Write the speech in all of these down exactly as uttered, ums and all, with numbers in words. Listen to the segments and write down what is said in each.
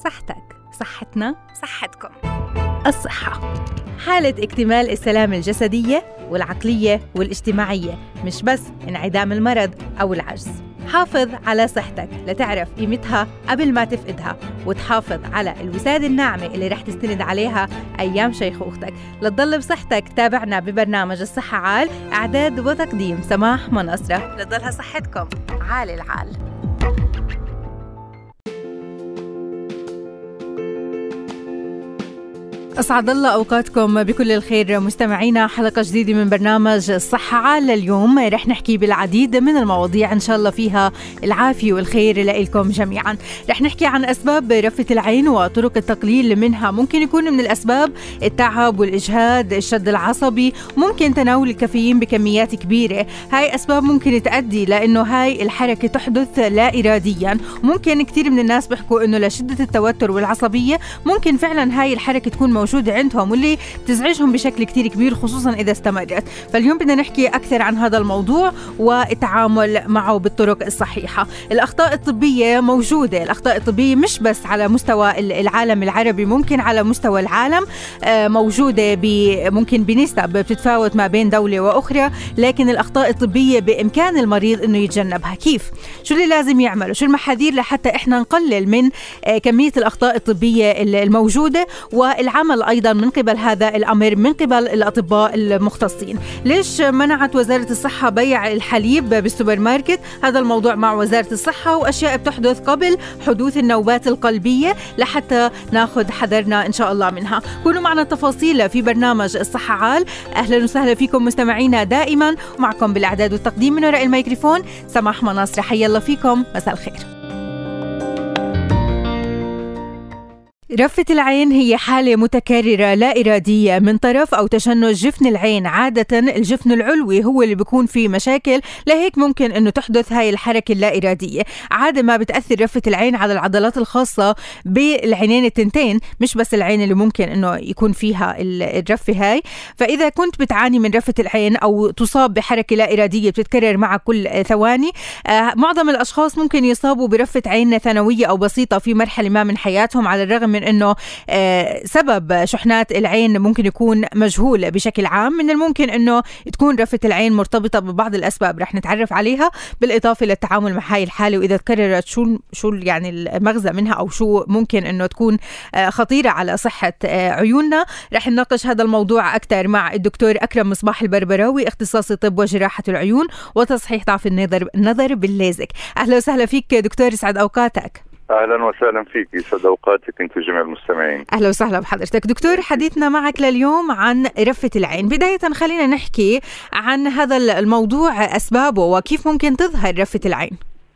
صحتك صحتنا صحتكم. الصحة حالة اكتمال السلامة الجسدية والعقلية والاجتماعية، مش بس انعدام المرض أو العجز. حافظ على صحتك لتعرف قيمتها قبل ما تفقدها، وتحافظ على الوسادة الناعمة اللي رح تستند عليها أيام شيخوختك. لتضل بصحتك تابعنا ببرنامج الصحة عال، إعداد وتقديم سماح مناصرة. لتضلها صحتكم عال العال. أسعد الله أوقاتكم بكل الخير مستمعينا. حلقة جديدة من برنامج الصحة عال. اليوم رح نحكي بالعديد من المواضيع إن شاء الله فيها العافية والخير لكم جميعا. رح نحكي عن أسباب رفة العين وطرق التقليل منها. ممكن يكون من الأسباب التعب والإجهاد، الشد العصبي، ممكن تناول الكافيين بكميات كبيرة. هاي أسباب ممكن تؤدي لأنه هاي الحركة تحدث لا إراديا. ممكن كتير من الناس بيحكوا إنه لشدة التوتر والعصبية ممكن فعلا هاي الحركة تكون موجودة عندهم واللي تزعجهم بشكل كتير كبير خصوصا إذا استمرت. فاليوم بدنا نحكي أكثر عن هذا الموضوع والتعامل معه بالطرق الصحيحة. الأخطاء الطبية موجودة. الأخطاء الطبية مش بس على مستوى العالم العربي، ممكن على مستوى العالم موجودة ممكن بنسب بتتفاوت ما بين دولة وأخرى، لكن الأخطاء الطبية بإمكان المريض إنه يتجنبها. كيف؟ شو اللي لازم يعمله؟ شو المحاذير لحتى إحنا نقلل من كمية الأخطاء الطبية الموجودة، والعمل أيضا من قبل هذا الأمر من قبل الأطباء المختصين. ليش منعت وزارة الصحة بيع الحليب بالسوبر ماركت؟ هذا الموضوع مع وزارة الصحة، وأشياء بتحدث قبل حدوث النوبات القلبية لحتى ناخذ حذرنا إن شاء الله منها. كونوا معنا التفاصيل في برنامج الصحة عال. أهلا وسهلا فيكم مستمعينا دائما، ومعكم بالإعداد والتقديم من وراء الميكروفون سماح مناصرة. حيا الله فيكم، مساء الخير. رفة العين هي حالة متكررة لا إرادية من طرف أو تشنج جفن العين. عادة الجفن العلوي هو اللي بيكون فيه مشاكل، لهيك ممكن أنه تحدث هاي الحركة اللا إرادية. عادة ما بتأثر رفة العين على العضلات الخاصة بالعينين التنتين، مش بس العين اللي ممكن أنه يكون فيها الرفة هاي. فإذا كنت بتعاني من رفة العين أو تصاب بحركة لا إرادية بتتكرر مع كل ثواني، آه معظم الأشخاص ممكن يصابوا برفة عين ثانوية أو بسيطة في مرحلة ما من حياتهم، على الرغم من انه آه سبب شحنات العين ممكن يكون مجهول بشكل عام. من الممكن انه تكون رفة العين مرتبطة ببعض الاسباب رح نتعرف عليها، بالاضافة للتعامل مع هاي الحالة، واذا تكررت شو شو يعني المغزى منها او شو ممكن انه تكون آه خطيرة على صحة آه عيوننا. رح نناقش هذا الموضوع اكثر مع الدكتور اكرم مصباح البربراوي، اختصاصي طب وجراحة العيون وتصحيح ضعف النظر النظر بالليزك. اهلا وسهلا فيك دكتور، يسعد اوقاتك. أهلا وسهلا فيك، يسعد أوقاتك أنت وجميع المستمعين. أهلا وسهلا بحضرتك دكتور. حديثنا معك لليوم عن رفة العين. بداية خلينا نحكي عن هذا الموضوع، أسبابه وكيف ممكن تظهر رفة العين.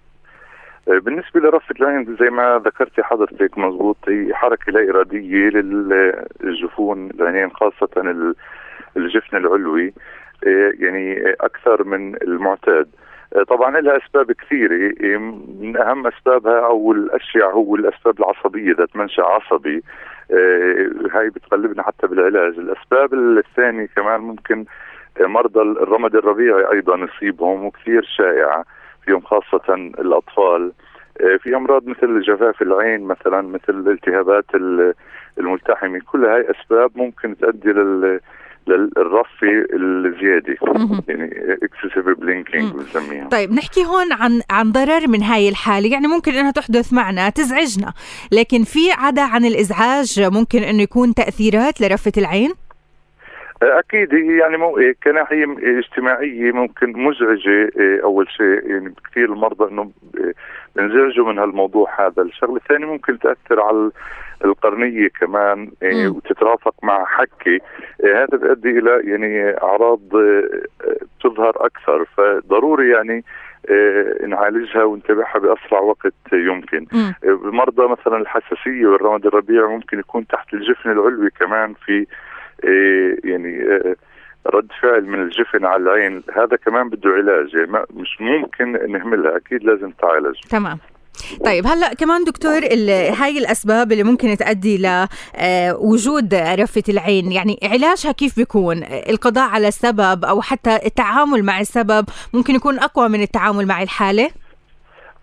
بالنسبة لرفة العين زي ما ذكرتي حضرتك مضبوط، هي حركة لا إرادية للجفون العينين، خاصة الجفن العلوي، يعني أكثر من المعتاد. طبعا لها اسباب كثيره، من اهم اسبابها او الاشيع هو الاسباب العصبيه ذات منشأ عصبي، هاي بتقلبنا حتى بالعلاج. الاسباب الثانيه كمان ممكن مرضى الرمد الربيعي ايضا يصيبهم، وكثير شائعه فيهم خاصه الاطفال. في امراض مثل جفاف العين مثلا، مثل الالتهابات الملتحمه، كل هاي اسباب ممكن تؤدي لل للرفة الزيادة، يعني excessive blinking بنسميها. طيب نحكي هون عن عن ضرر من هاي الحالة، يعني ممكن انها تحدث معنا تزعجنا، لكن في عدا عن الازعاج ممكن انه يكون تأثيرات لرفة العين؟ اكيد هي يعني مو كناحية اجتماعية ممكن مزعجة. اول شيء يعني كثير المرضى انه بنزعجوا من هالموضوع هذا. الشغله الثانيه ممكن تاثر على القرنيه كمان، إيه وتترافق مع حكه، إيه هذا بيؤدي الى يعني اعراض تظهر اكثر. فضروري يعني إيه نعالجها ونتابعها باسرع وقت يمكن. إيه مرضى مثلا الحساسيه والرمد الربيعي ممكن يكون تحت الجفن العلوي كمان في إيه يعني إيه رد فعل من الجفن على العين، هذا كمان بده علاج، يعني مش ممكن نهملها، اكيد لازم تعالج. تمام. طيب هلا كمان دكتور، هاي الاسباب اللي ممكن تؤدي لوجود رفة العين، يعني علاجها كيف بيكون؟ القضاء على السبب او حتى التعامل مع السبب ممكن يكون اقوى من التعامل مع الحالة؟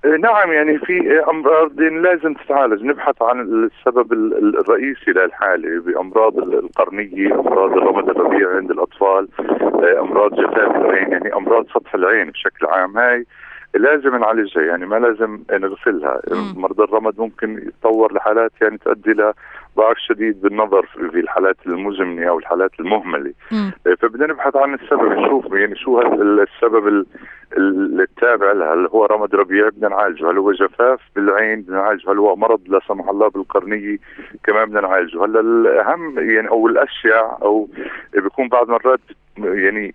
نعم، يعني في امراض لازم تتعالج، نبحث عن السبب الرئيسي للحاله بامراض القرنيه، امراض الرمد الربيعي عند الاطفال، امراض جفاف العين، يعني امراض سطح العين بشكل عام، هاي لازم نعالجها، يعني ما لازم نغفلها. مرضى الرمد ممكن يتطور لحالات يعني تؤدي الى ضعف شديد بالنظر في الحالات المزمنه او الحالات المهمله. م. فبدنا نبحث عن السبب، نشوف يعني شو السبب التابع لها، اللي هو رمد ربيعي بدنا نعالجه، هل هو جفاف بالعين بدنا نعالجه، هل هو مرض لا سمح الله بالقرنيه كمان بدنا نعالجه. هلا الاهم يعني او الاشيع او بيكون بعض مرات يعني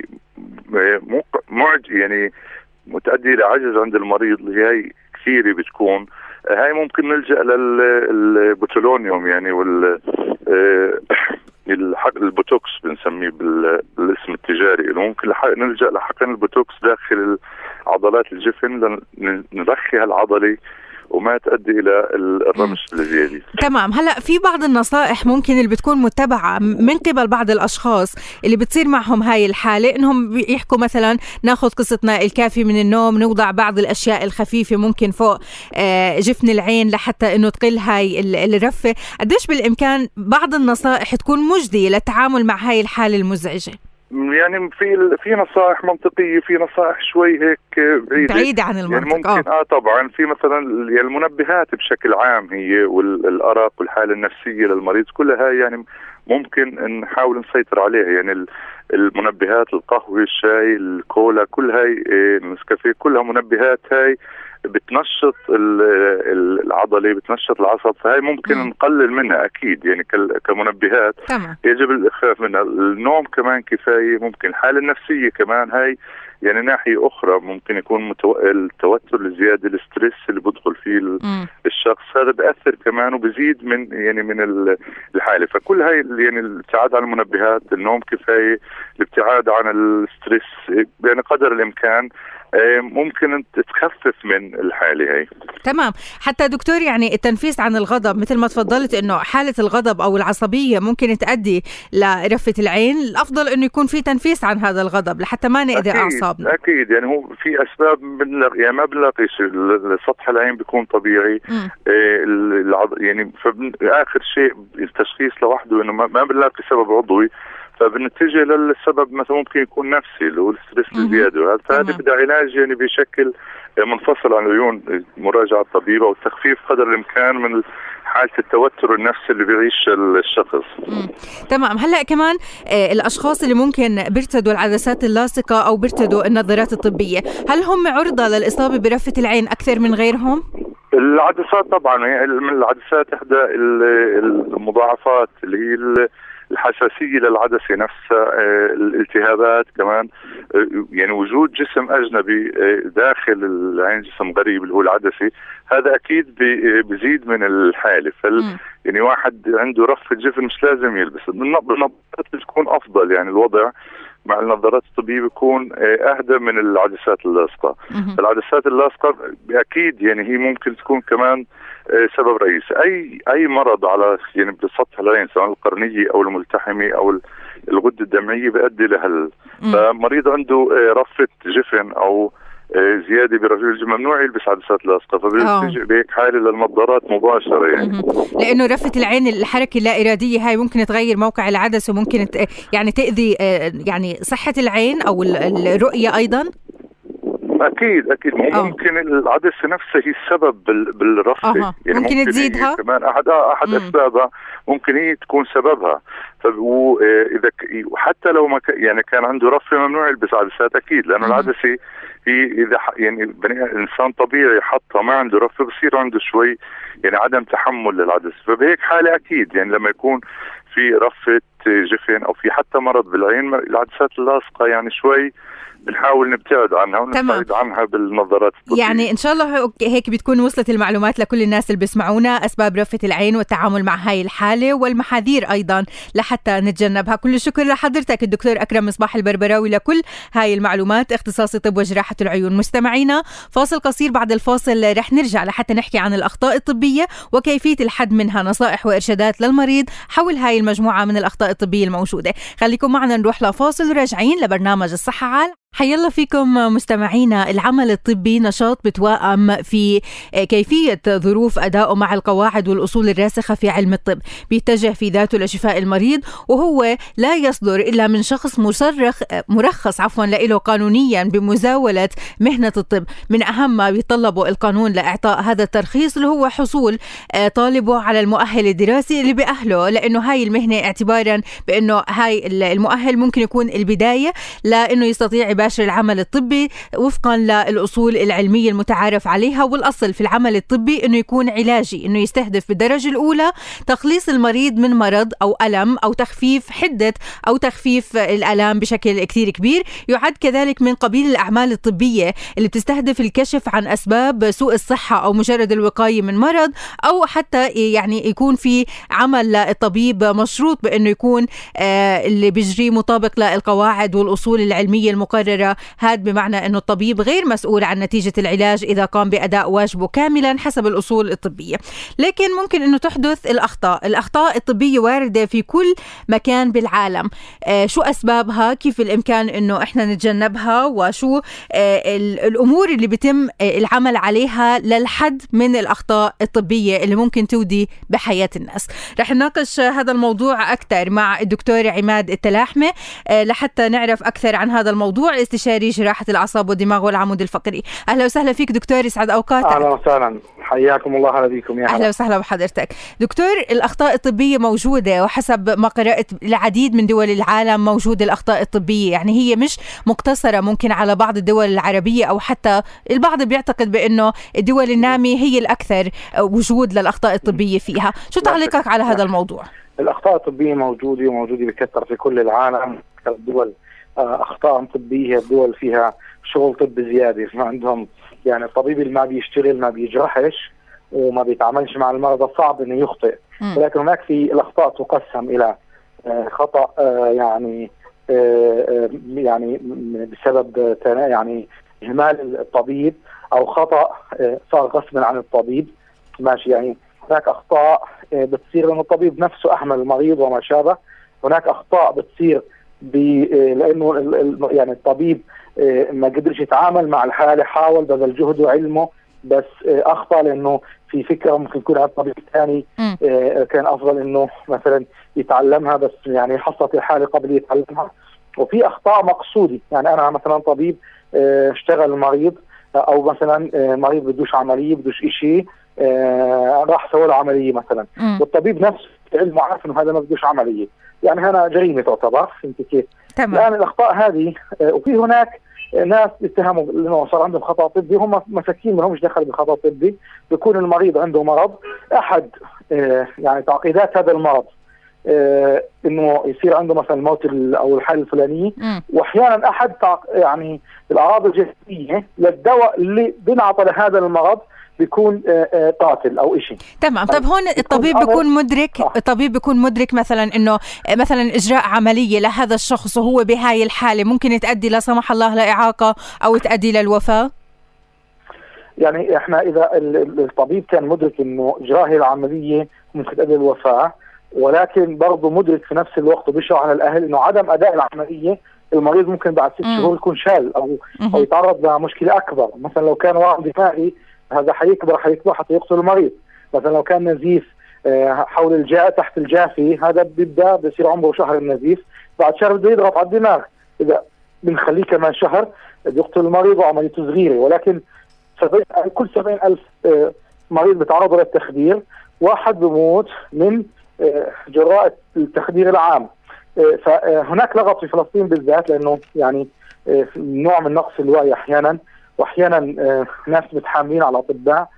معج يعني متؤدي الى عجز عند المريض، اللي هي كثيره بتكون، هاي ممكن نلجا للبوتولونيوم يعني وال البوتوكس بنسميه بالاسم التجاري، اللي ممكن نلجا لحقن البوتوكس داخل عضلات الجفن لنرخي هالعضله وما تؤدي الى الرمش الزيادي. تمام. هلا في بعض النصائح ممكن اللي بتكون متبعه من قبل بعض الاشخاص اللي بتصير معهم هاي الحاله، انهم يحكوا مثلا ناخذ قسطنا الكافي من النوم، نوضع بعض الاشياء الخفيفه ممكن فوق جفن العين لحتى انه تقل هاي الرفه. قديش بالامكان بعض النصائح تكون مجديه للتعامل مع هاي الحاله المزعجه؟ يعني في في نصائح منطقيه، في نصائح شوي هيك بعيده بعيده عن المنطق. يعني ممكن اه, آه طبعا في مثلا المنبهات بشكل عام هي والارق والحاله النفسيه للمريض، كلها هاي يعني ممكن نحاول نسيطر عليها. يعني المنبهات، القهوه، الشاي، الكولا، كل هاي النسكافيه، كلها منبهات هاي بتنشط العضله، بتنشط العصب، فهي ممكن م. نقلل منها اكيد يعني كمنبهات. تمام. يجب الاخفاف منها. النوم كمان كفايه، ممكن الحاله النفسيه كمان هاي يعني ناحيه اخرى، ممكن يكون متو... التوتر الزياده، الاسترس اللي بدخل فيه م. الشخص، هذا بأثر كمان وبزيد من يعني من الحاله. فكل هاي يعني الابتعاد عن المنبهات، النوم كفايه، الابتعاد عن الاسترس يعني قدر الامكان ممكن تخفف من الحالة هاي. تمام. حتى دكتور يعني التنفيس عن الغضب، مثل ما تفضلت انه حالة الغضب او العصبية ممكن تؤدي لرفة العين، الافضل انه يكون في تنفيس عن هذا الغضب لحتى ما نأذي اعصابنا. اكيد يعني هو في اسباب بنلغ... يعني ما بنلاقيش سطح العين بيكون طبيعي. إيه العض... يعني فبن... اخر شيء التشخيص لوحده انه ما, ما بنلاقي سبب عضوي، فبنتجه للسبب مثلا ممكن يكون نفسي اللي هو الستريس الزياده، فهذا بده علاج يعني بشكل منفصل عن عيون مراجعه طبيب او تخفيف قدر الامكان من حاله التوتر النفسي اللي بيعيش الشخص. مم. تمام. هلا كمان آه الاشخاص اللي ممكن بيرتدوا العدسات اللاصقه او بيرتدوا النظارات الطبيه، هل هم عرضه للاصابه برفه العين اكثر من غيرهم؟ العدسات طبعا من العدسات احدى المضاعفات اللي هي الحساسية للعدسة نفسها، الالتهابات كمان، يعني وجود جسم أجنبي داخل العين، جسم غريب اللي هو العدسة، هذا أكيد بيزيد من الحالة. فال يعني واحد عنده رفة جفن مش لازم يلبس النظارات، بتكون أفضل يعني الوضع مع النظارات الطبية بيكون أهدى من العدسات اللاصقة. العدسات اللاصقة أكيد يعني هي ممكن تكون كمان سبب رئيسي. أي أي مرض على يعني بسطح العين سواء القرنية أو الملتحمة أو الغدة الدمعية بيؤدي لهال. فمريض عنده رفة جفن أو زياده برجل الجفن ممنوع يلبس عدسات لاصقه، فبيلتجئ بهيك حاله للنظارات مباشره يعني. لانه رفه العين الحركه اللا اراديه هاي ممكن تغير موقع العدسه وممكن يعني تاذي يعني صحه العين او الرؤيه ايضا. اكيد اكيد ممكن العدسه نفسها هي السبب بالرفه. أه. يعني ممكن, ممكن تزيدها كمان احد احد مم. اسبابها ممكن هي تكون سببها. فاذا حتى لو ما يعني كان عنده رفه ممنوع يلبس عدسات اكيد، لانه مم. العدسه هي اذا يعني بني انسان طبيعي حطها ما عنده رفه بصير عنده شوي يعني عدم تحمل للعدسه. فبهيك حاله اكيد يعني لما يكون في رفه جفن او في حتى مرض بالعين، العدسات اللاصقه يعني شوي بنحاول نبتعد عنها ونبتعد عنها بالنظارات الطبية. يعني إن شاء الله هيك بتكون وصلت المعلومات لكل الناس اللي بيسمعونا، أسباب رفة العين والتعامل مع هاي الحالة والمحاذير أيضا لحتى نتجنبها. كل الشكر لحضرتك الدكتور أكرم مصباح البربراوي لكل هاي المعلومات، اختصاصي طب وجراحة العيون. مستمعينا فاصل قصير، بعد الفاصل رح نرجع لحتى نحكي عن الأخطاء الطبية وكيفية الحد منها، نصائح وإرشادات للمريض حول هاي المجموعة من الأخطاء الطبية الموجودة. خليكم معنا نروح لفاصل وراجعين لبرنامج الصحة عال حيا الله فيكم مستمعينا. العمل الطبي نشاط بتوائم في كيفية ظروف أدائه مع القواعد والأصول الراسخة في علم الطب، بيتجه في ذاته لشفاء المريض، وهو لا يصدر إلا من شخص مصرخ مرخص عفوا له قانونيا بمزاولة مهنة الطب. من أهم ما بيطلبه القانون لإعطاء هذا الترخيص اللي هو حصول طالبه على المؤهل الدراسي اللي بأهله، لأنه هاي المهنة اعتبارا بأنه هاي المؤهل ممكن يكون البداية لأنه يستطيع يباشر العمل الطبي وفقا للأصول العلمية المتعارف عليها. والأصل في العمل الطبي أنه يكون علاجي، أنه يستهدف بالدرجة الأولى تخليص المريض من مرض أو ألم أو تخفيف حدة أو تخفيف الألام بشكل كتير كبير. يعد كذلك من قبيل الأعمال الطبية اللي بتستهدف الكشف عن أسباب سوء الصحة أو مجرد الوقاية من مرض، أو حتى يعني يكون في عمل الطبيب مشروط بأنه يكون آه اللي بيجري مطابق للقواعد والأصول العلمية المقررة. هذا بمعنى أنه الطبيب غير مسؤول عن نتيجة العلاج إذا قام بأداء واجبه كاملا حسب الأصول الطبية. لكن ممكن أنه تحدث الأخطاء. الأخطاء الطبية واردة في كل مكان بالعالم. آه شو أسبابها؟ كيف الإمكان أنه إحنا نتجنبها؟ وشو آه الأمور اللي بيتم آه العمل عليها للحد من الأخطاء الطبية اللي ممكن تودي بحياة الناس؟ رح نناقش هذا الموضوع أكثر مع الدكتور عماد التلاحمة آه لحتى نعرف أكثر عن هذا الموضوع، استشاري جراحة الأعصاب والدماغ والعمود الفقري. أهلا وسهلا فيك دكتور، يسعد أوقاتك. أهلا وسهلا، حياكم الله. أهلا بكم. يا أهلا وسهلا بحضرتك دكتور. الأخطاء الطبية موجودة، وحسب ما قرأت العديد من دول العالم موجود الأخطاء الطبية، يعني هي مش مقتصرة ممكن على بعض الدول العربية، أو حتى البعض بيعتقد بأنه الدول النامية هي الأكثر وجود للأخطاء الطبية فيها. شو تعليقك على هذا الموضوع؟ الأخطاء الطبية موجودة وموجودة بكثرة في كل العالم. الدول أخطاء طبية، الدول فيها شغل طب زيادة، ما عندهم يعني الطبيب اللي ما بيشتغل ما بيجرحش وما بيتعاملش مع المرضى صعب إنه يخطئ. ولكن هناك في الأخطاء تقسم إلى خطأ يعني يعني بسبب يعني إهمال الطبيب، أو خطأ صار غصبا عن الطبيب. ماشي، يعني هناك أخطاء بتصير لأن الطبيب نفسه أهمل المريض وما شابه. هناك أخطاء بتصير لأنه يعني الطبيب ما قدرش يتعامل مع الحالة، حاول بذل جهده وعلمه بس أخطأ لأنه في فكرة ممكن يكون على الطبيب الثاني كان أفضل إنه مثلا يتعلمها، بس يعني حصلت الحالة قبل يتعلمها. وفي أخطاء مقصودة، يعني أنا مثلا طبيب اشتغل المريض، أو مثلا مريض بدوش عملية بدوش إشي راح سوى له عملية مثلا، والطبيب نفسه علمه عارف إنه هذا ما بدوش عملية، يعني هنا جريمة تعتبر. فهمت كيف؟ تمام. الآن الأخطاء هذه، وفي هناك ناس اتهموا انه صار عندهم خطأ طبي، هم مساكين ما همش دخل بخطأ طبي، بيكون المريض عنده مرض، احد اه يعني تعقيدات هذا المرض اه انه يصير عنده مثلا الموت او الحالة الفلانية، واحيانا احد يعني الاعراض الجسدية للدواء اللي بنعطى لهذا المرض بيكون قاتل او شيء. تمام. طيب هون الطبيب بيكون مدرك آه. الطبيب بيكون مدرك مثلا انه مثلا اجراء عمليه لهذا الشخص وهو بهاي الحاله ممكن تؤدي لا سمح الله لاعاقه او تؤدي للوفاه. يعني احنا اذا الطبيب كان مدرك انه اجراء هي العمليه ممكن تؤدي للوفاه، ولكن برضه مدرك في نفس الوقت وبيشرح على الاهل انه عدم اداء العمليه المريض ممكن بعد ست شهور يكون شال او م- او يتعرض لمشكله اكبر. مثلا لو كان ورم دماغي هذا حيكبر حيكبر حتى يقتل المريض. مثلا لو كان نزيف حول الجاء تحت الجافي، هذا بيبدا بيصير عمره شهر النزيف، بعد شهر بده يضغط على الدماغ، اذا بنخليه كمان شهر بيقتل المريض وعمليته صغيره. ولكن كل سبعين ألف مريض بيتعرضوا للتخدير، واحد بموت من جراء التخدير العام. فهناك لغط في فلسطين بالذات، لانه يعني نوع من نقص الوعي احيانا، واحيانا ناس متحاملين على الاطباء،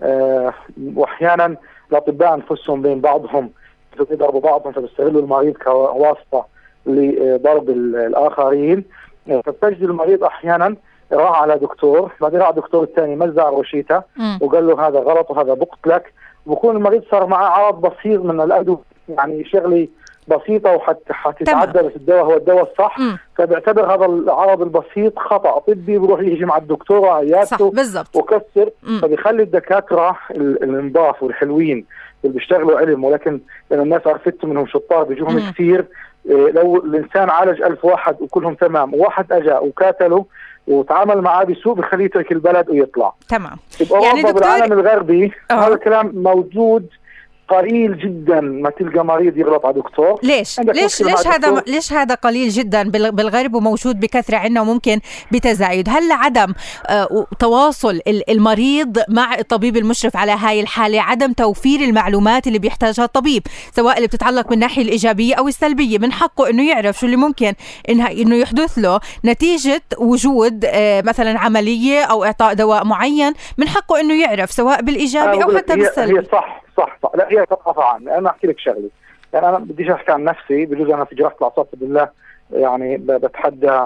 واحيانا الاطباء انفسهم بين بعضهم يضربوا بعضهم، فبيستغلوا المريض كواسطه لضرب الاخرين. فتجد المريض احيانا راح على دكتور، بعدين راح دكتور الثاني مزع روشيته وقال له هذا غلط وهذا بقتلك، وبكون المريض صار معه عرض بسيط من الادويه، يعني شغله بسيطة وحتى حتتعدى، بس الدواء هو الدواء الصح. م. فبيعتبر هذا العرض البسيط خطأ طبي، بيروح يجي مع الدكتور وعيادته وكسر. فبيخلي الدكاترة الانضاف والحلوين اللي بيشتغلوا علم، ولكن لأن الناس عرفتهم منهم شطار بيجوهم كثير. لو الإنسان عالج ألف واحد وكلهم تمام، وواحد أجا وكاتله وتعامل معاه بسوء بخليه يترك البلد ويطلع. تمام. يعني دكتور بالعالم الغربي أه. هذا الكلام موجود قليل جدا ما تلقى مريض يغلط على دكتور. ليش ليش ليش هذا ليش هذا قليل جدا بالغرب وموجود بكثره عندنا وممكن بتزايد؟ هل عدم آه تواصل المريض مع الطبيب المشرف على هاي الحاله، عدم توفير المعلومات اللي بيحتاجها الطبيب سواء اللي بتتعلق بالناحيه الايجابيه او السلبيه؟ من حقه انه يعرف شو اللي ممكن انها انه يحدث له نتيجه وجود آه مثلا عمليه او اعطاء دواء معين، من حقه انه يعرف سواء بالايجابي او حتى بالسلبي. هي صح صح صح لا هي ثقافه عامه. انا احكي لك شغله، يعني انا بديش احكي عن نفسي، بجوز انا في جراحه الاعصاب بالله يعني بتحدى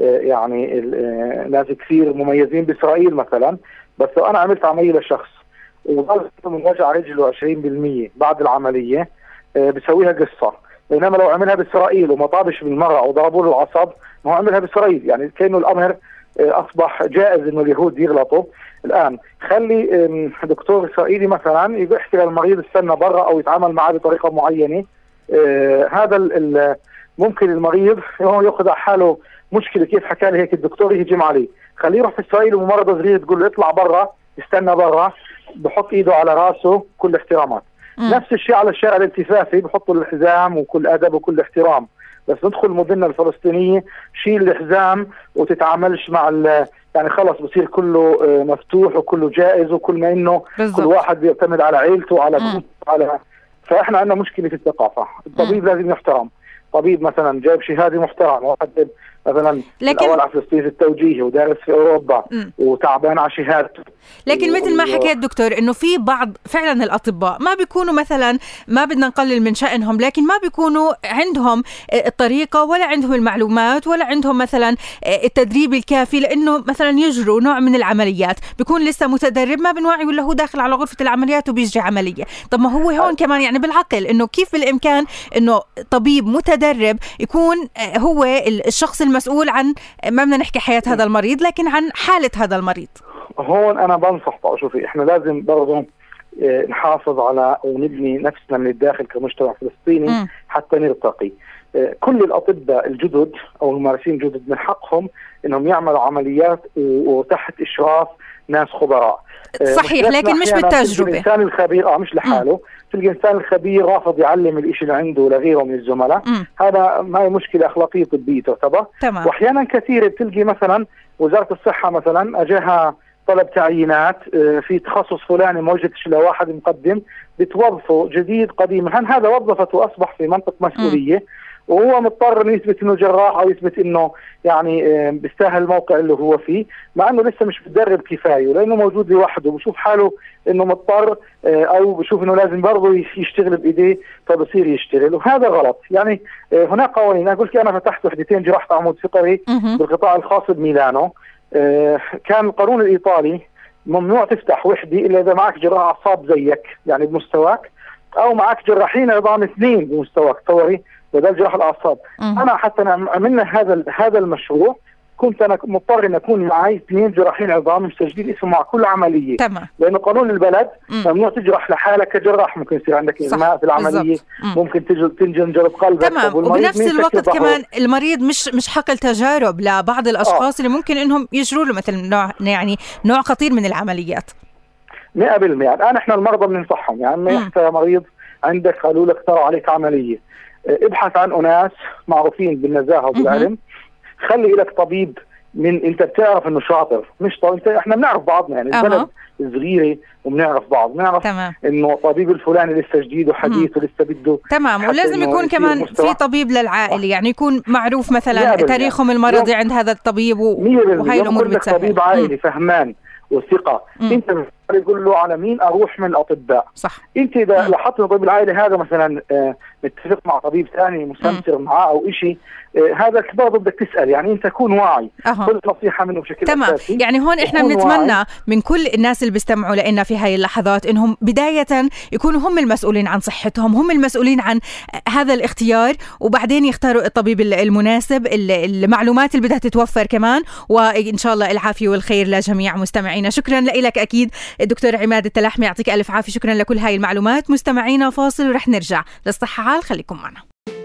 يعني ناس كثير مميزين باسرائيل مثلا، بس لو انا عملت عمليه لشخص وظل من وجع رجله عشرين بالمئة بعد العمليه بسويها قصه، بينما لو عملها باسرائيل وما طابش بالمره او ضربوا له العصب ما هو عملها باسرائيل، يعني كانه الامر اصبح جائز انه اليهود يغلطوا. الان خلي دكتور اسرائيلي مثلا يحكي للمريض استنى برا او يتعامل معه بطريقه معينه، آه هذا ممكن المريض هو ياخذ على حاله مشكله كيف حكى لي هيك الدكتور يهجم عليه، خليه يروح في اسرائيل وممرضه صغيره تقول له اطلع برا استنى برا، بحط ايده على راسه كل احترامات. م. نفس الشيء على الشارع الالتفافي بحطوا الحزام وكل ادب وكل احترام، بس ندخل المدن الفلسطينيه شيل الحزام وتتعاملش مع ال يعني خلص بصير كله مفتوح وكله جائز وكل ما انه بالزبط. كل واحد بيعتمد على عيلته وعلى على فاحنا عندنا مشكله في الثقافه. الطبيب م. لازم يحترم، طبيب مثلا جايب شهاده محترم، واحد مثلا لكن الاول على فلسطين في التوجيه ودارس في اوروبا م. وتعبان على شهادته. لكن مثل ما حكيت دكتور انه في بعض فعلا الاطباء ما بيكونوا مثلا، ما بدنا نقلل من شأنهم، لكن ما بيكونوا عندهم الطريقه ولا عندهم المعلومات ولا عندهم مثلا التدريب الكافي لانه مثلا يجروا نوع من العمليات، بيكون لسه متدرب ما بنوعي ولا هو داخل على غرفه العمليات وبيجري عمليه. طب ما هو هون كمان يعني بالعقل انه كيف بالامكان انه طبيب متدرب يكون هو الشخص المسؤول عن ما بدنا نحكي حياه هذا المريض لكن عن حاله هذا المريض. هون انا بنصح بقى شوفي احنا لازم برضه نحافظ على ونبني نفسنا من الداخل كمجتمع فلسطيني م. حتى نرتقي. كل الاطباء الجدد او الممارسين الجدد من حقهم انهم يعملوا عمليات وتحت اشراف ناس خبراء. صحيح لكن مش بالتجربه. الانسان الخبير اه مش لحاله، في الانسان الخبير رافض يعلم الشيء اللي عنده لغيره من الزملاء، م. هذا ما هي مشكله اخلاقيه طبيه تعتبر. واحيانا كثير بتلقي مثلا وزاره الصحه مثلا اجاها طلب تعيينات في تخصص فلاني ما وجدتش الا واحد مقدم بتوظفه جديد قديما، هذا وظفته واصبح في منطق مسؤوليه م. وهو مضطر انه يثبت انه جراح او يثبت انه يعني بيستاهل الموقع اللي هو فيه، مع انه لسه مش متدرب كفايه لانه موجود لوحده بشوف حاله انه مضطر او بشوف انه لازم برضه يشتغل بايديه فبصير يشتغل، وهذا غلط. يعني هناك قوانين، اقول لك انا فتحت وحدتين جراحه عمود فقري بالقطاع الخاص بميلانو، كان القانون الايطالي ممنوع تفتح وحده الا اذا معك جراح اعصاب زيك يعني بمستواك او معك جراحين عظام اثنين بمستواك تصوري بدل جراح الاعصاب. انا حتى عملنا هذا هذا المشروع كنت انا مضطر ان اكون معي اثنين جراحين عظام مسجلين اسمه مع كل عمليه تمام. لانه قانون البلد ممنوع تجرح لحالك كجراح، ممكن يصير عندك اغماء في العمليه، ممكن تنجن قلبك. تمام. وبنفس الوقت كمان المريض مش مش حقل تجارب لبعض الاشخاص آه. اللي ممكن انهم يجروا له مثل نوع يعني نوع خطير من العمليات. مئة بالمئة الان احنا المرضى بننصحهم، يعني انت مريض عندك قالوا لك ترى عليك عمليه، ابحث عن اناس معروفين بالنزاهه وبالعلم، خلي لك طبيب من انت بتعرف انه شاطر، مش طب انت احنا بنعرف بعضنا يعني أه. البلد صغيره وبنعرف بعض، بنعرف تمام. انه طبيب الفلاني لسه جديد وحديث ولسه بده تمام، ولازم يكون كمان في طبيب للعائله، يعني يكون معروف مثلا تاريخهم المرضي عند هذا الطبيب وهي الامور بتسهل. طبيب عائلي فهمان وثقه، انت يقول له على مين اروح من الاطباء. صح. انت اذا لاحظت ان طبيب العائله هذا مثلا آه متفق مع طبيب ثاني مستمتر معاه او شيء، آه هذا برضه بدك تسال، يعني انت تكون واعي. كل نصيحه منه بشكل تمام. اساسي. يعني هون احنا بنتمنى من كل الناس اللي بيستمعوا لنا في هاي اللحظات انهم بدايه يكونوا هم المسؤولين عن صحتهم، هم المسؤولين عن هذا الاختيار، وبعدين يختاروا الطبيب المناسب، المعلومات اللي بدها تتوفر كمان، وان شاء الله العافيه والخير لجميع مستمعينا. شكرا لك اكيد الدكتور عماد التلاحمي، يعطيك ألف عافية، شكرا لكل هاي المعلومات. مستمعينا فاصل ورح نرجع للصحة عال، خليكم معنا.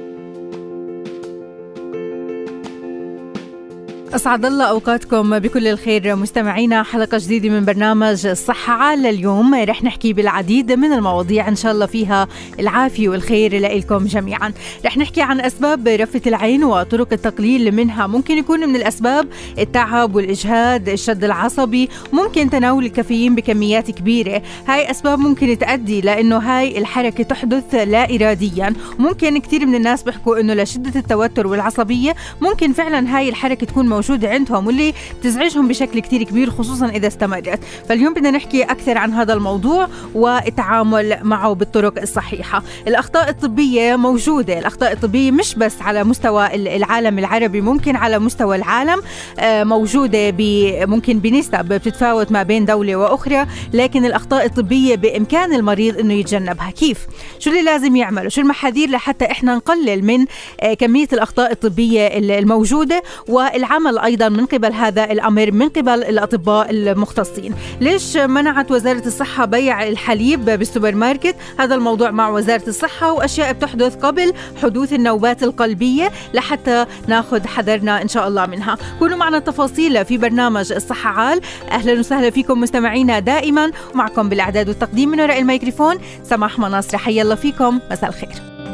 أسعد الله أوقاتكم بكل الخير مستمعينا، حلقة جديدة من برنامج الصحة عال. اليوم رح نحكي بالعديد من المواضيع إن شاء الله فيها العافية والخير لكم جميعا. رح نحكي عن أسباب رفة العين وطرق التقليل منها. ممكن يكون من الأسباب التعب والإجهاد، الشد العصبي، ممكن تناول الكافيين بكميات كبيرة. هاي أسباب ممكن تؤدي لأنه هاي الحركة تحدث لا إراديا. ممكن كتير من الناس بيحكوا إنه لشدة التوتر والعصبية ممكن فعلا هاي الحركة تكون موجودة عندهم واللي تزعجهم بشكل كتير كبير خصوصا إذا استمرت. فاليوم بدنا نحكي أكثر عن هذا الموضوع والتعامل معه بالطرق الصحيحة. الأخطاء الطبية موجودة، الأخطاء الطبية مش بس على مستوى العالم العربي، ممكن على مستوى العالم موجودة، ممكن بنسب بتتفاوت ما بين دولة وأخرى، لكن الأخطاء الطبية بإمكان المريض إنه يتجنبها. كيف؟ شو اللي لازم يعمله؟ شو المحاذير لحتى إحنا نقلل من كمية الأخطاء الطبية الموجودة، والعمل أيضا من قبل هذا الأمر من قبل الأطباء المختصين. ليش منعت وزارة الصحة بيع الحليب بالسوبر ماركت؟ هذا الموضوع مع وزارة الصحة، وأشياء بتحدث قبل حدوث النوبات القلبية لحتى ناخذ حذرنا إن شاء الله منها. كونوا معنا التفاصيل في برنامج الصحة عال. أهلا وسهلا فيكم مستمعينا دائما، ومعكم بالإعداد والتقديم من وراء الميكروفون سماح مناصر. حيا الله فيكم، مساء الخير.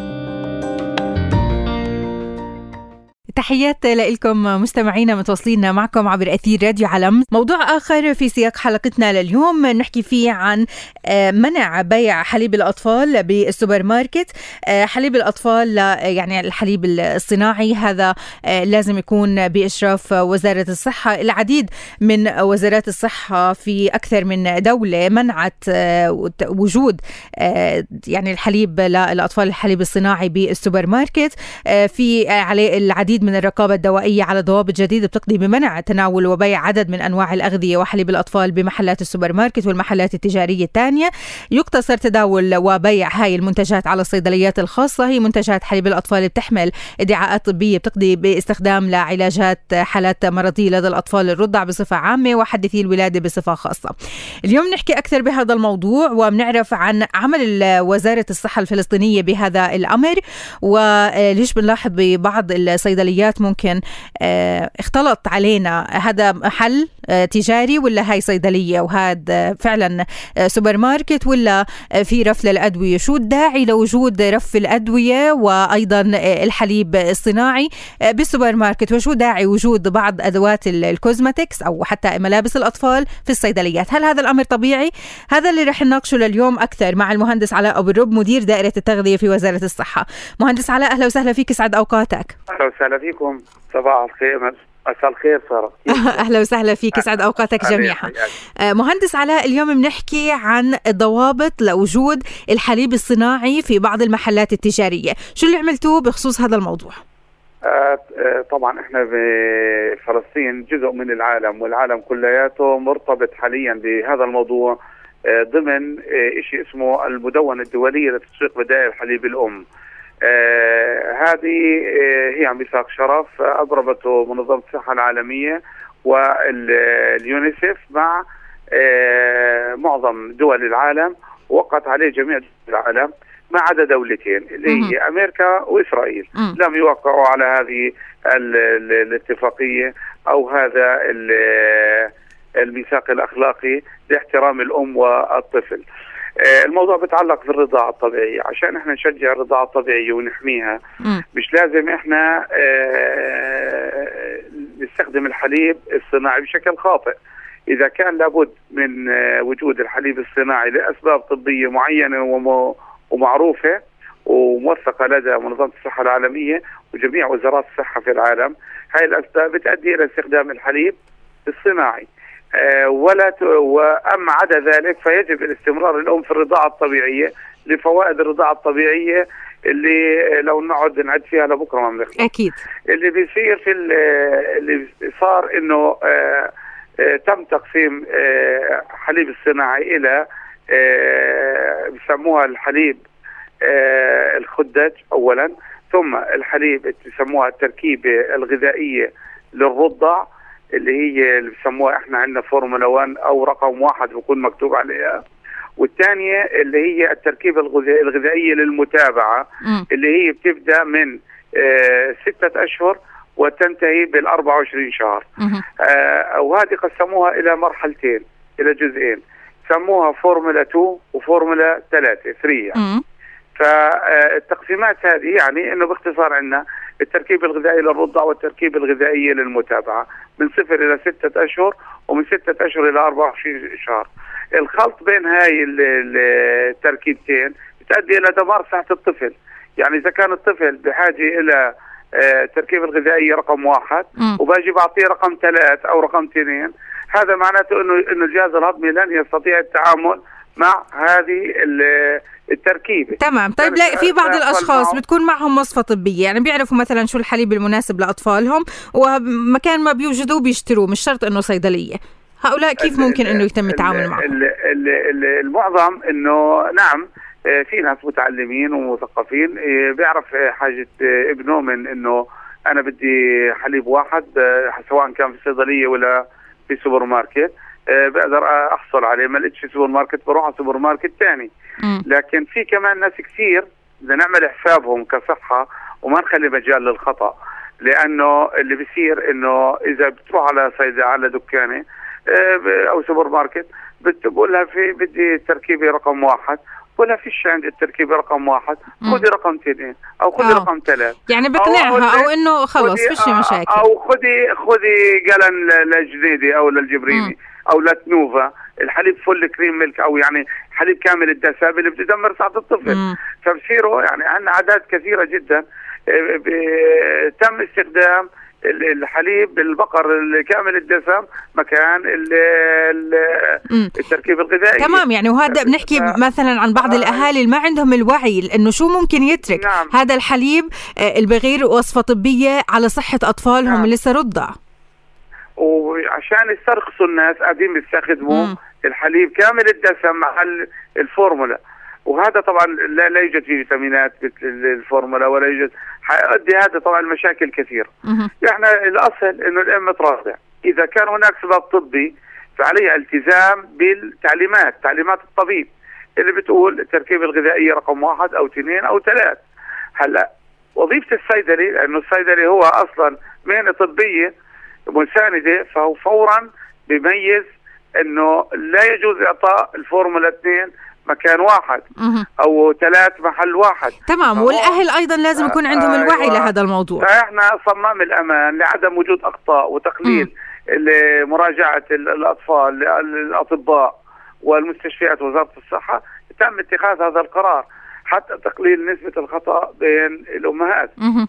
تحيات لكم مستمعينا، متواصلين معكم عبر أثير راديو علم. موضوع آخر في سياق حلقتنا لليوم نحكي فيه عن منع بيع حليب الأطفال بالسوبر ماركت. حليب الأطفال يعني الحليب الصناعي هذا لازم يكون بإشراف وزارة الصحة. العديد من وزارات الصحة في أكثر من دولة منعت وجود يعني الحليب للأطفال، الحليب الصناعي بالسوبر ماركت. في عليه العديد من الرقابة الدوائية على ضوابط جديدة بتقضي بمنع تناول وبيع عدد من أنواع الأغذية وحليب الأطفال بمحلات السوبر ماركت والمحلات التجارية الثانية. يقتصر تداول وبيع هاي المنتجات على الصيدليات الخاصة. هي منتجات حليب الأطفال بتحمل ادعاءات طبية بتقضي باستخدام لعلاجات حالات مرضية لدى الأطفال الرضع بصفة عامة وحدثي الولادة بصفة خاصة. اليوم نحكي أكثر بهذا الموضوع وبنعرف عن عمل وزارة الصحة الفلسطينية بهذا الأمر، وليش بنلاحظ ببعض الصيدليات ممكن اه اختلط علينا هذا محل اه تجاري ولا هاي صيدلية وهذا فعلا اه سوبر ماركت ولا اه في رف للأدوية. شو الداعي لوجود رف الأدوية وأيضا اه الحليب الصناعي اه بالسوبر ماركت، وشو داعي وجود بعض أدوات الكوزماتكس أو حتى ملابس الأطفال في الصيدليات؟ هل هذا الأمر طبيعي؟ هذا اللي رح نناقشه لليوم أكثر مع المهندس علاء أبو الرب، مدير دائرة التغذية في وزارة الصحة. مهندس علاء، أهلا وسهلا فيك، سعد أوقاتك. أهلا وسهلا فيكم، صباح الخير، مساء الخير سارة. أهلا وسهلا فيك، سعد أوقاتك جميعا. مهندس علاء، اليوم بنحكي عن الضوابط لوجود الحليب الصناعي في بعض المحلات التجارية. شو اللي عملتوه بخصوص هذا الموضوع؟ آه طبعا احنا بفلسطين جزء من العالم، والعالم كلياته مرتبط حاليا بهذا الموضوع آه ضمن آه شيء اسمه المدونة الدولية لتسويق بدائل حليب الأم. آه هذه آه هي ميثاق شرف أضربته منظمة الصحة العالمية واليونيسف مع آه معظم دول العالم، وقعت عليه جميع دول العالم ما عدا دولتين اللي هي أمريكا وإسرائيل. م. لم يوقعوا على هذه ال ال الاتفاقية أو هذا الميثاق الأخلاقي لاحترام الأم والطفل. الموضوع بيتعلق بالرضاعة الطبيعية. عشان احنا نشجع الرضاعة الطبيعية ونحميها م. مش لازم احنا اه نستخدم الحليب الصناعي بشكل خاطئ. اذا كان لابد من اه وجود الحليب الصناعي لاسباب طبية معينة ومعروفة وموثقة لدى منظمة الصحة العالمية وجميع وزارات الصحة في العالم، هاي الاسباب بتؤدي الى استخدام الحليب الصناعي. أه ولا واما عدا ذلك فيجب الاستمرار الام في الرضاعه الطبيعيه لفوائد الرضاعه الطبيعيه اللي لو نقعد نعد فيها لبكره ما بنخلص. اكيد. اللي بيصير في اللي صار انه أه أه تم تقسيم أه حليب الصناعي الى أه بسموها الحليب أه الخدج اولا، ثم الحليب بسموها التركيبه الغذائيه للرضع، اللي هي اللي بسموها احنا عندنا فورمولا واحد او رقم واحد بيكون مكتوب عليها، والثانيه اللي هي التركيبه الغذائيه للمتابعه م. اللي هي بتبدا من آه ستة اشهر وتنتهي بال أربعة وعشرين شهر. آه وهذه قسموها الى مرحلتين، الى جزئين، سموها فورمولا اثنين وفورمولا ثلاثة ثلاثة يعني. فالتقسيمات هذه يعني انه باختصار عندنا التركيب الغذائي للرضع والتركيب الغذائيه للمتابعه من صفر الى ستة اشهر ومن ستة اشهر الى أربعة وعشرين شهر. الخلط بين هاي التركيبتين بتؤدي الى دمار صحه الطفل. يعني اذا كان الطفل بحاجه الى التركيب الغذائي رقم واحد وباجي بعطيه رقم ثلاث او رقم اثنين، هذا معناته انه انه الجهاز الهضمي لن يستطيع التعامل مع هذه التركيبه. تمام. طيب لا، في بعض الاشخاص بتكون معهم وصفه طبيه، يعني بيعرفوا مثلا شو الحليب المناسب لاطفالهم ومكان ما بيوجدوه بيشتروه، مش شرط انه صيدليه. هؤلاء كيف ممكن انه يتم التعامل معهم؟ المعظم انه نعم في ناس متعلمين ومثقفين بيعرف حاجه ابنه من انه انا بدي حليب واحد سواء كان في صيدليه ولا في سوبر ماركت، بقدر احصل عليه. ما لقيتش في سوبر ماركت بروح على سوبر ماركت ثاني. لكن في كمان ناس كثير بدنا نعمل حسابهم كصحه وما نخلي مجال للخطا، لانه اللي بيصير انه اذا بتروح على صيدليه على دكانه او سوبر ماركت بتقول لها في بدي تركيبه رقم واحد، ولا فيش عندي التركيبه رقم واحد، خذي رقم اثنين او خذي رقم ثلاث، يعني بقنعها او, أو انه خلص فيش مشاكل، او خذي خذي قلن للجديدي او للجبريني او لتنوفا الحليب فل كريم ميلك او يعني حليب كامل الدسم اللي بتدمر صحه الطفل. مم. فبصيروا يعني عندنا اعداد كثيره جدا تم استخدام الحليب البقر كامل الدسم مكان التركيب الغذائي. تمام. يعني وهذا بنحكي مثلا عن بعض الاهالي اللي ما عندهم الوعي انه شو ممكن يترك. نعم. هذا الحليب البغير وصفه طبيه على صحه اطفالهم. نعم. اللي لسه رضع، وعشان يسترخصوا الناس قاعدين بيستخدموا الحليب كامل الدسم مع الفورمولا، وهذا طبعا لا, لا يوجد فيه فيتامينات مثل الفورمولا ولا يوجد، حيؤدي هذا طبعا مشاكل كثيرة. احنا الاصل انه الام ترضع، اذا كان هناك سبب طبي فعليها التزام بالتعليمات، تعليمات الطبيب اللي بتقول التركيبة الغذائية رقم واحد او اثنين او ثلاث. هلا وظيفة الصيدلي، لانه الصيدلي هو اصلا مهنة طبية مساندة، فهو فورا بيميز انه لا يجوز اعطاء الفورمولا اثنين مكان واحد او ثلاث محل واحد. تمام. والاهل ايضا لازم يكون عندهم آه الوعي آه لهذا الموضوع. فاحنا صمام الامان لعدم وجود اخطاء وتقليل مراجعه الاطفال للاطباء والمستشفيات وزاره الصحه، تم اتخاذ هذا القرار حتى تقليل نسبه الخطا بين الامهات.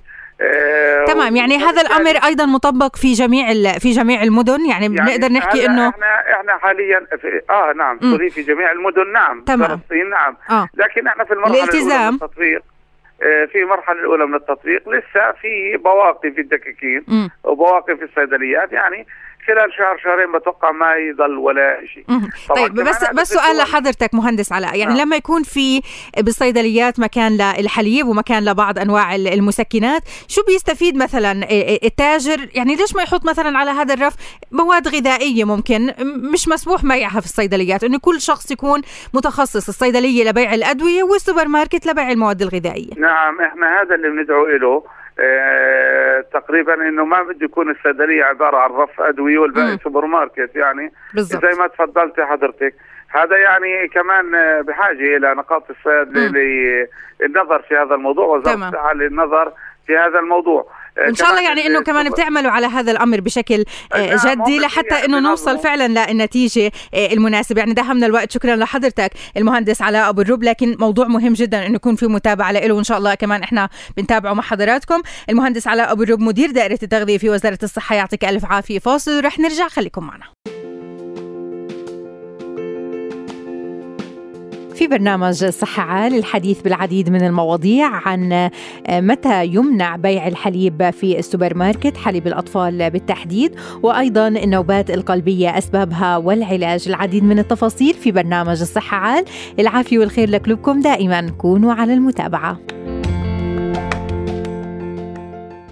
آه تمام. يعني هذا الامر ايضا مطبق في جميع في جميع المدن، يعني بنقدر يعني نحكي انه احنا احنا حاليا في اه نعم سوري في جميع المدن. نعم. تمام. فلسطين. نعم. آه. لكن احنا في المرحله الاولى من التطبيق، آه في المرحله الاولى من التطبيق لسه في بواقي في الدكاكين م. وبواقي في الصيدليات، يعني خلال شهر شهرين بتوقع ما يضل ولا شيء. طيب بس بس سؤال لحضرتك مهندس علاء، يعني آه. لما يكون في بالصيدليات مكان للحليب ومكان لبعض انواع المسكنات، شو بيستفيد مثلا التاجر؟ يعني ليش ما يحط مثلا على هذا الرف مواد غذائيه ممكن مش مسموح بيعها في الصيدليات، انه كل شخص يكون متخصص، الصيدليه لبيع الادويه والسوبر ماركت لبيع المواد الغذائيه. نعم، احنا هذا اللي بندعو له. آه، تقريبا انه ما بده يكون الصيدليه عباره عن رف ادويه والباقي سوبر ماركت، يعني بالزبط. زي ما تفضلت حضرتك، هذا يعني كمان بحاجه الى نقاط الصيد للنظر في هذا الموضوع وزاره الصحه للنظر في هذا الموضوع. ان شاء الله يعني انه كمان بتعملوا على هذا الامر بشكل جدي لحتى انه نوصل فعلا للنتيجه المناسبه. يعني دهمنا الوقت، شكرا لحضرتك المهندس علاء ابو الرب، لكن موضوع مهم جدا انه يكون في متابعه له، وان شاء الله كمان احنا بنتابعه مع حضراتكم. المهندس علاء ابو الرب مدير دائره التغذيه في وزاره الصحه، يعطيك الف عافيه. فاصل رح نرجع، خليكم معنا. في برنامج صحة عال الحديث بالعديد من المواضيع عن متى يمنع بيع الحليب في السوبر ماركت، حليب الأطفال بالتحديد، وأيضا النوبات القلبية أسبابها والعلاج. العديد من التفاصيل في برنامج الصحة عال. العافية والخير لقلوبكم دائما، كونوا على المتابعة.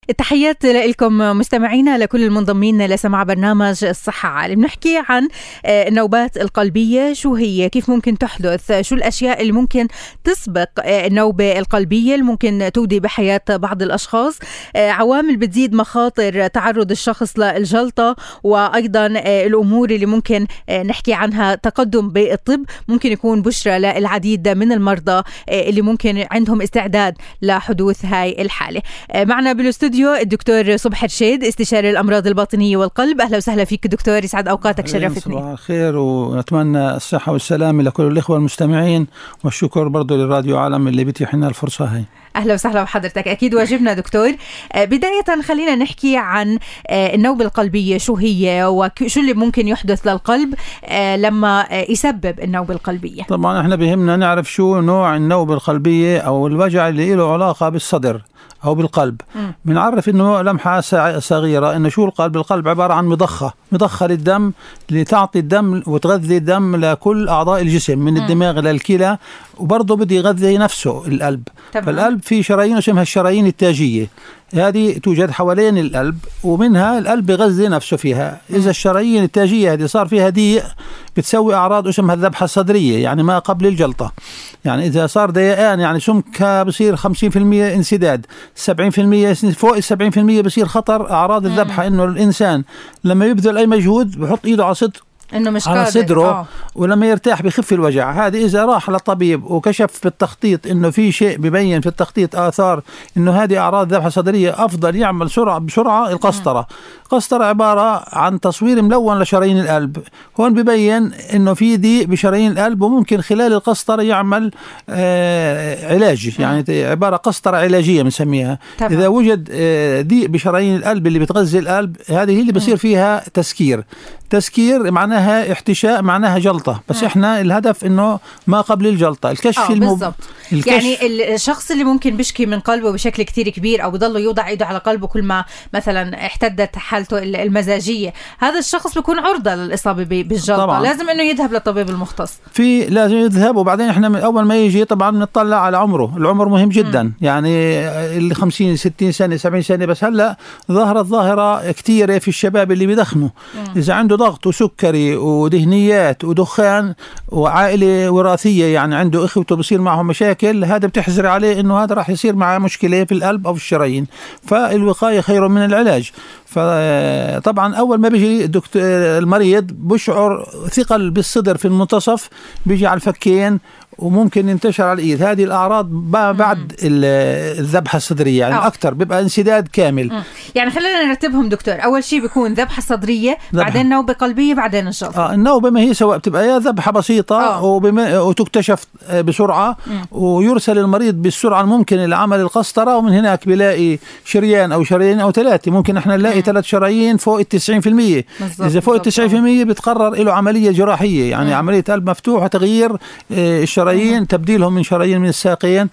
تحيات لكم مستمعينا، لكل المنضمين لسماع برنامج الصحة عال. بنحكي عن النوبات القلبية، شو هي، كيف ممكن تحدث، شو الأشياء اللي ممكن تسبق النوبة القلبية اللي ممكن تودي بحياة بعض الأشخاص، عوامل بتزيد مخاطر تعرض الشخص للجلطة، وأيضا الأمور اللي ممكن نحكي عنها تقدم بالطب ممكن يكون بشرى للعديد من المرضى اللي ممكن عندهم استعداد لحدوث هاي الحالة. معنا بالاستوديو الدكتور صبحي رشيد، استشاري الأمراض الباطنية والقلب. أهلا وسهلا فيك دكتور، يسعد أوقاتك، شرفتني. صباح الخير، ونتمنى الصحة والسلامة لكل الإخوة المستمعين، والشكر برضو للراديو عالم اللي بيتيح لنا الفرصة هاي. أهلا وسهلا بحضرتك، أكيد واجبنا دكتور. بداية خلينا نحكي عن النوبة القلبية، شو هي وشو اللي ممكن يحدث للقلب لما يسبب النوبة القلبية. طبعا احنا بهمنا نعرف شو نوع النوبة القلبية أو الوجع اللي له علاقة بالصدر أو بالقلب. بنعرف إنه لمحة صغيرة إنه شو القلب. القلب عبارة عن مضخة مضخة للدم لتعطي الدم وتغذي الدم لكل أعضاء الجسم من الدماغ للكلى، وبرضه بدي يغذي نفسه القلب. طبعا. فالقلب فيه شرايين اسمها الشرايين التاجية، هذه توجد حوالين القلب، ومنها القلب بيغذي نفسه فيها. إذا الشرايين التاجية هذه صار فيها ضيق بتسوي أعراض اسمها الذبحة الصدرية، يعني ما قبل الجلطة. يعني إذا صار ضيقان يعني سمكها بصير خمسين بالمئة انسداد، سبعين بالمئة فوق السبعين بالمئة بصير خطر أعراض الذبحة. إنه الإنسان لما يبذل أي مجهود بحط إيده على صدر إنه مش على صدره أوه. ولما يرتاح بخف الوجع. هذه إذا راح للطبيب وكشف في التخطيط إنه في شيء ببين في التخطيط آثار إنه هذه أعراض ذبحة صدرية، أفضل يعمل سرعة بسرعة القسطرة. قسطرة عبارة عن تصوير ملون لشرايين القلب، هون ببين إنه في ضيق بشرايين القلب، وممكن خلال القسطرة يعمل آه علاج، يعني عبارة قسطرة علاجية بنسميها. إذا وجد آه ضيق بشرايين القلب اللي بتغذي القلب، هذه هي اللي بصير فيها تسكير. تسكير معناها احتشاء، معناها جلطة، بس م. احنا الهدف انه ما قبل الجلطة. الكشف المب... الكشف يعني الشخص اللي ممكن بيشكي من قلبه بشكل كتير كبير او بضله يوضع ايده على قلبه كل ما مثلا احتدت حالته المزاجية، هذا الشخص بيكون عرضة للإصابة بالجلطة. طبعا. لازم انه يذهب للطبيب المختص. في لازم يذهب، وبعدين احنا من اول ما يجي طبعا بنطلع على عمره. العمر مهم جدا. م. يعني اللي خمسين ستين سنة سبعين سنة، بس هلا ظهرت ظاهرة كتيرة في الشباب اللي بيدخنوا. م. اذا عنده ضغط وسكري ودهنيات ودخان وعائلة وراثية، يعني عنده إخوته بصير معهم مشاكل، هذا بتحذر عليه إنه هذا راح يصير معه مشكلة في القلب أو في الشرايين. فالوقاية خير من العلاج. فطبعا أول ما بيجي الدكتور المريض بشعر ثقل بالصدر في المنتصف، بيجي على الفكين وممكن ينتشر على الإيد. هذه الأعراض بعد الذبحة الصدرية، يعني أوه. أكتر بيبقى انسداد كامل. مم. يعني خلينا نرتبهم دكتور. أول شيء بيكون ذبحة صدرية، بعدين نوبة قلبية، بعدين الجلطة. آه النوبة ما هي سواء بتبقى يا ذبحة بسيطة وتكتشف بسرعة مم. ويرسل المريض بالسرعة الممكن لعمل القسطرة، ومن هناك بيلاقي شريان أو شرايين أو ثلاثة. ممكن احنا نلاقي ثلاث شرايين فوق التسعين في المية. إذا فوق التسعين في المية بتقرر له عملية جراحية، يعني مم. عملية قلب مفتوح وتغيير الشرايين، تبديلهم من شرايين من الساقين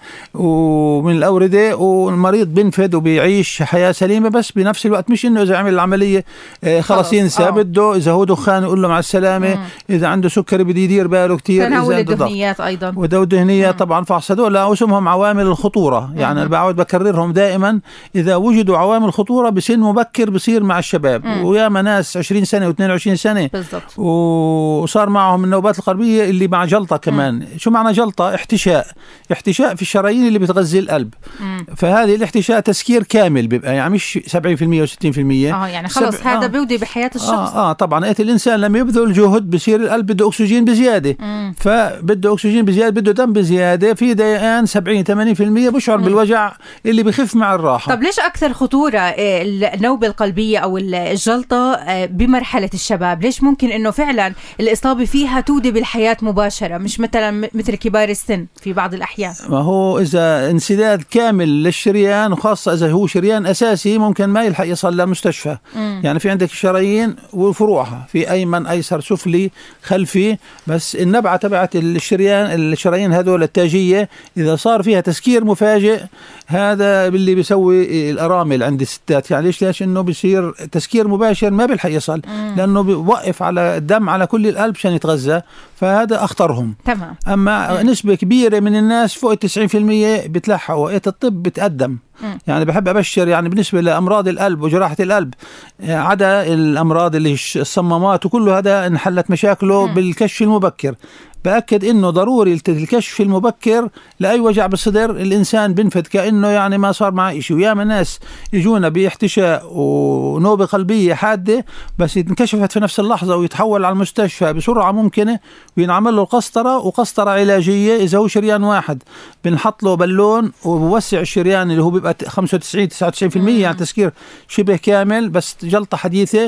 ومن الأوردة، والمريض بينفذ وبيعيش حياة سليمة. بس بنفس الوقت مش إنه إذا عمل العملية خلاص ينسى، آه. بده إذا هو دخان يقول له مع السلامة. مم. إذا عنده سكري بده يدير باله كتير. تناول الدهنيات أيضا، وده الدهنيات طبعا. فحص هذول اسمهم عوامل الخطورة. مم. يعني أنا بعود بكررهم دائما، إذا وجدوا عوامل خطورة بسن مبكر بصير مع الشباب. مم. وياما ناس عشرين سنة واثنين وعشرين سنة بالضبط وصار معهم النوبات القلبية اللي مع جلطة كمان. مم. شو معنى جلطة؟ احتشاء احتشاء في الشرايين اللي بتغذي القلب. مم. فهذه الاحتشاء تسكير كامل بيبقى، يعني مش سبعين في المية و ستين في المية. اه يعني خلص سب... هذا آه. بيودي بحياة الشخص. اه, آه طبعا. ايه الانسان لما يبذل جهد بصير القلب بده اكسجين بزياده. مم. فبده اكسجين بزياده، بده دم بزياده، في ضيقان سبعين ثمانين في المية بشعر مم. بالوجع اللي بخف مع الراحه. طب ليش اكثر خطوره النوبه القلبيه او الجلطه بمرحله الشباب؟ ليش ممكن انه فعلا الاصابه فيها تودي بالحياه مباشره، مش مثلا مثل كبار السن في بعض الأحيان؟ ما هو إذا انسداد كامل للشريان، وخاصة إذا هو شريان أساسي، ممكن ما يلحق يصل للمستشفى. مم. يعني في عندك الشرايين وفروعها، في أيمن أيسر سفلي خلفي، بس النبعة تبعت الشريان الشرايين هذول التاجية إذا صار فيها تسكير مفاجئ، هذا باللي بيسوي الأرامل عند الستات. يعني ليش ليش إنه بيصير تسكير مباشر ما بيلحق يصل. مم. لأنه بيوقف على الدم على كل القلب عشان يتغذى، فهذا أخطرهم. تمام. أما مع نسبة كبيرة من الناس فوق تسعين بالمئة بتلحقوا. وقت الطب بتقدم يعني بحب أبشر يعني بالنسبة لأمراض القلب وجراحة القلب عدا الأمراض اللي الصمامات وكل هذا انحلت مشاكله بالكشف المبكر. بأكد إنه ضروري الكشف المبكر لأي وجع بالصدر. الإنسان بنفد كأنه يعني ما صار معه إشي. وياما ناس يجونا باحتشاء ونوبة قلبية حادة بس انكشفت في نفس اللحظة ويتحول على المستشفى بسرعة ممكنة وينعمل له قسطرة وقسطرة علاجية. إذا هو شريان واحد بنحط له بالون وبوسع الشريان اللي هو بيبقى خمسة وتسعين تسعة وتسعين بالمئة يعني تسكير شبه كامل بس جلطة حديثة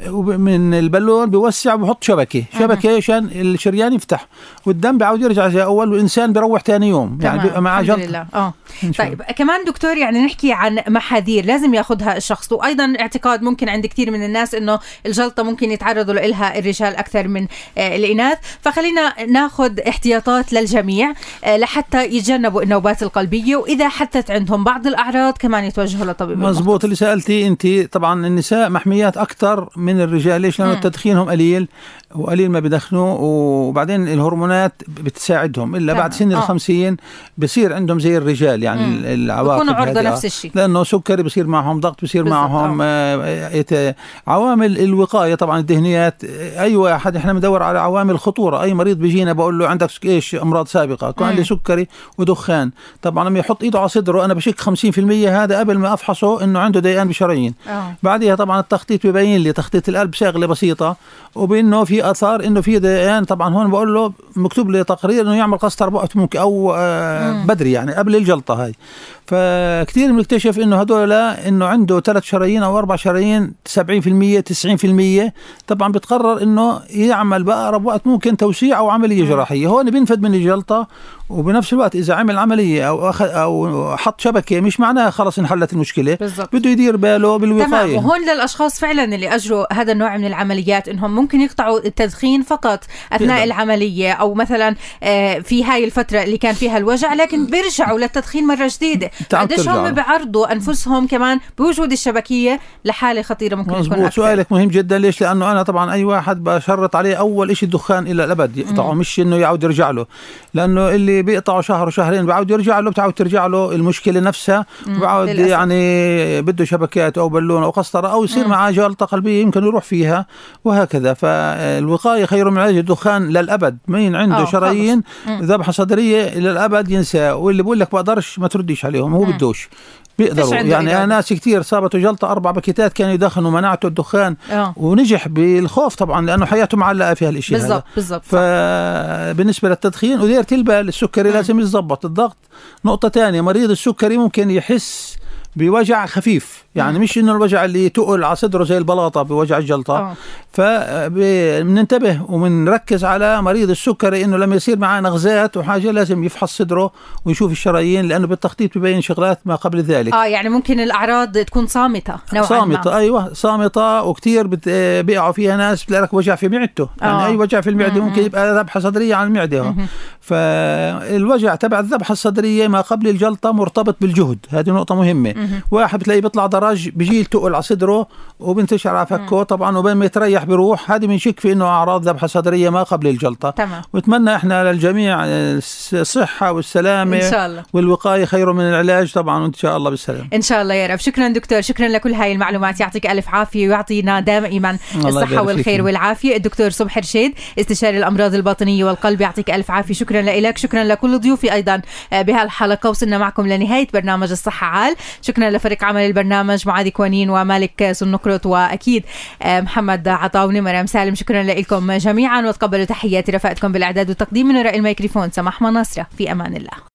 من البالون بيوسع وبحط شبكة شبكة عشان الشريان يفتح والدم بيعود يرجع زي أول والإنسان بيروح تاني يوم يعني بيبقى معاه جلطة. آه. طيب كمان دكتور يعني نحكي عن محاذير لازم ياخدها الشخص. وأيضا اعتقاد ممكن عند كثير من الناس إنه الجلطة ممكن يتعرضوا لها الرجال أكثر من آه الإناث. فخلينا ناخد احتياطات للجميع آه لحتى يتجنبوا النوبات القلبية وإذا حدثت عندهم بعض الأعراض كمان يتوجهوا لطبيب. مزبوط اللي سألتي أنت. طبعا النساء محميات أكثر من الرجال. ليش؟ لأنه تدخينهم قليل وقليل ما بدخنوا وبعدين الهرمونات بتساعدهم إلا بعد سن آه. الخمسين بصير عندهم زي الرجال يعني مم. العواقب بيكونوا عرضة نفس الشيء لأنه سكري بصير معهم ضغط بصير معهم آه. آه. عوامل الوقاية طبعا الدهنيات. أي واحد إحنا بندور على عوامل خطورة. أي مريض بيجينا بقول له عندك إيش أمراض سابقة كان لي سكري ودخان. طبعا لما يحط إيده على صدره أنا بشك خمسين بالمئة هذا قبل ما أفحصه إنه عنده ديان بشرايين. آه. بعدها طبعا التخطيط بيبين لي تخطيط القلب شغلة بسيطة وبإنه في أثار إنه في ديان. طبعا هون بقول له مكتوب لي تقرير إنه يعمل قسطرة بقعة ممكن أو آه بدري يعني قبل الجلطة هاي. فكتير بنكتشف إنه هدول إنه عنده ثلاث شرايين أو أربع شرايين سبعين بالمئة تسعين بالمئة. طبعا بتقرر إنه يعمل بأقرب وقت ممكن توسيع أو عملية جراحية. هون بينفد من الجلطة وبنفس الوقت إذا عمل عملية أو أخ أو حط شبكة مش معناها خلاص انحلت المشكلة بالزبط. بده يدير باله بالوقاية. تمام. وهون للأشخاص فعلا اللي أجروا هذا النوع من العمليات إنهم ممكن يقطعوا التدخين فقط أثناء بيقدر. العملية أو مثلا في هاي الفترة اللي كان فيها الوجع لكن بيرجعوا للتدخين مرة جديدة. قديش هم بيعرضوا أنفسهم كمان بوجود الشبكية لحالة خطيرة ممكن مزبوط. تكون أكثر. سؤالك مهم جدا. ليش؟ لأنه أنا طبعا أي واحد بشرط عليه أول إشي الدخان إلى الأبد يقطعه مش إنه يعود يرجع له. لأنه اللي بيقطعه شهر وشهرين بعود يرجع له بتعود ترجع له المشكلة نفسها وبعود يعني بده شبكات أو بالون أو قسطرة أو يصير معاه جلطة قلبية يمكن يروح فيها وهكذا. فالوقاية خير من علاج. الدخان للأبد. مين عنده شرايين ذبحة صدرية للأبد ينسى. واللي بقول لك بقدرش ما ترديش عليهم هو بدوش بيقدروا يعني. أنا ناس كتير صابته جلطة أربع باكيتات كانوا يدخنوا مناعته الدخان أوه. ونجح بالخوف طبعا لأنه حياته معلقة فيها الإشي هذا بالضبط بالضبط. فبالنسبة للتدخين ودير تلبال السكري لازم يتضبط الضغط. نقطة تانية مريض السكري ممكن يحس بوجع خفيف يعني مش إنه الوجع اللي تقل على صدره زي البلاطة بوجع الجلطة. فبننتبه ومنركز على مريض السكري إنه لما يصير معاه نغزات وحاجة لازم يفحص صدره ويشوف الشرايين لأنه بالتخطيط ببين شغلات ما قبل ذلك. آه يعني ممكن الأعراض تكون صامتة نوعا صامتة ما. أيوة صامتة. وكتير بيقعوا فيها ناس بتلاقي لك وجع في معدته يعني آه. أي وجع في المعدة ممكن يبقى ذبحة صدرية عن المعدة. فالوجع تبع الذبحة الصدرية ما قبل الجلطة مرتبط بالجهد. هذه نقطة مهمة. واحد بتلاقي بيطلع درج بيجي تقل على صدره وبنتشر على فكه طبعا وبين ما يتريح بيروح. هذه بنشك في انه اعراض ذبحه صدريه ما قبل الجلطه. تمام. واتمنى احنا للجميع الصحه والسلامه ان شاء الله. والوقايه خير من العلاج طبعا وان شاء الله بالسلامه ان شاء الله يا رب. شكرا دكتور. شكرا لكل هاي المعلومات. يعطيك الف عافيه ويعطينا دائما الصحه والخير والعافيه. الدكتور صبحي رشيد استشاري الامراض الباطنيه والقلب. يعطيك الف عافيه. شكرا لك. شكرا لكل ضيوفي ايضا بهالحلقه. وصلنا معكم لنهايه برنامج الصحه عال. شكرا لفريق عمل البرنامج معاذ كوانين ومالك سنقرط واكيد محمد عطاوني مريم سالم. شكرا لكم جميعا وتقبلوا تحياتي. رفقتكم بالاعداد والتقديم من وراء الميكروفون سماح مناصرة. في امان الله.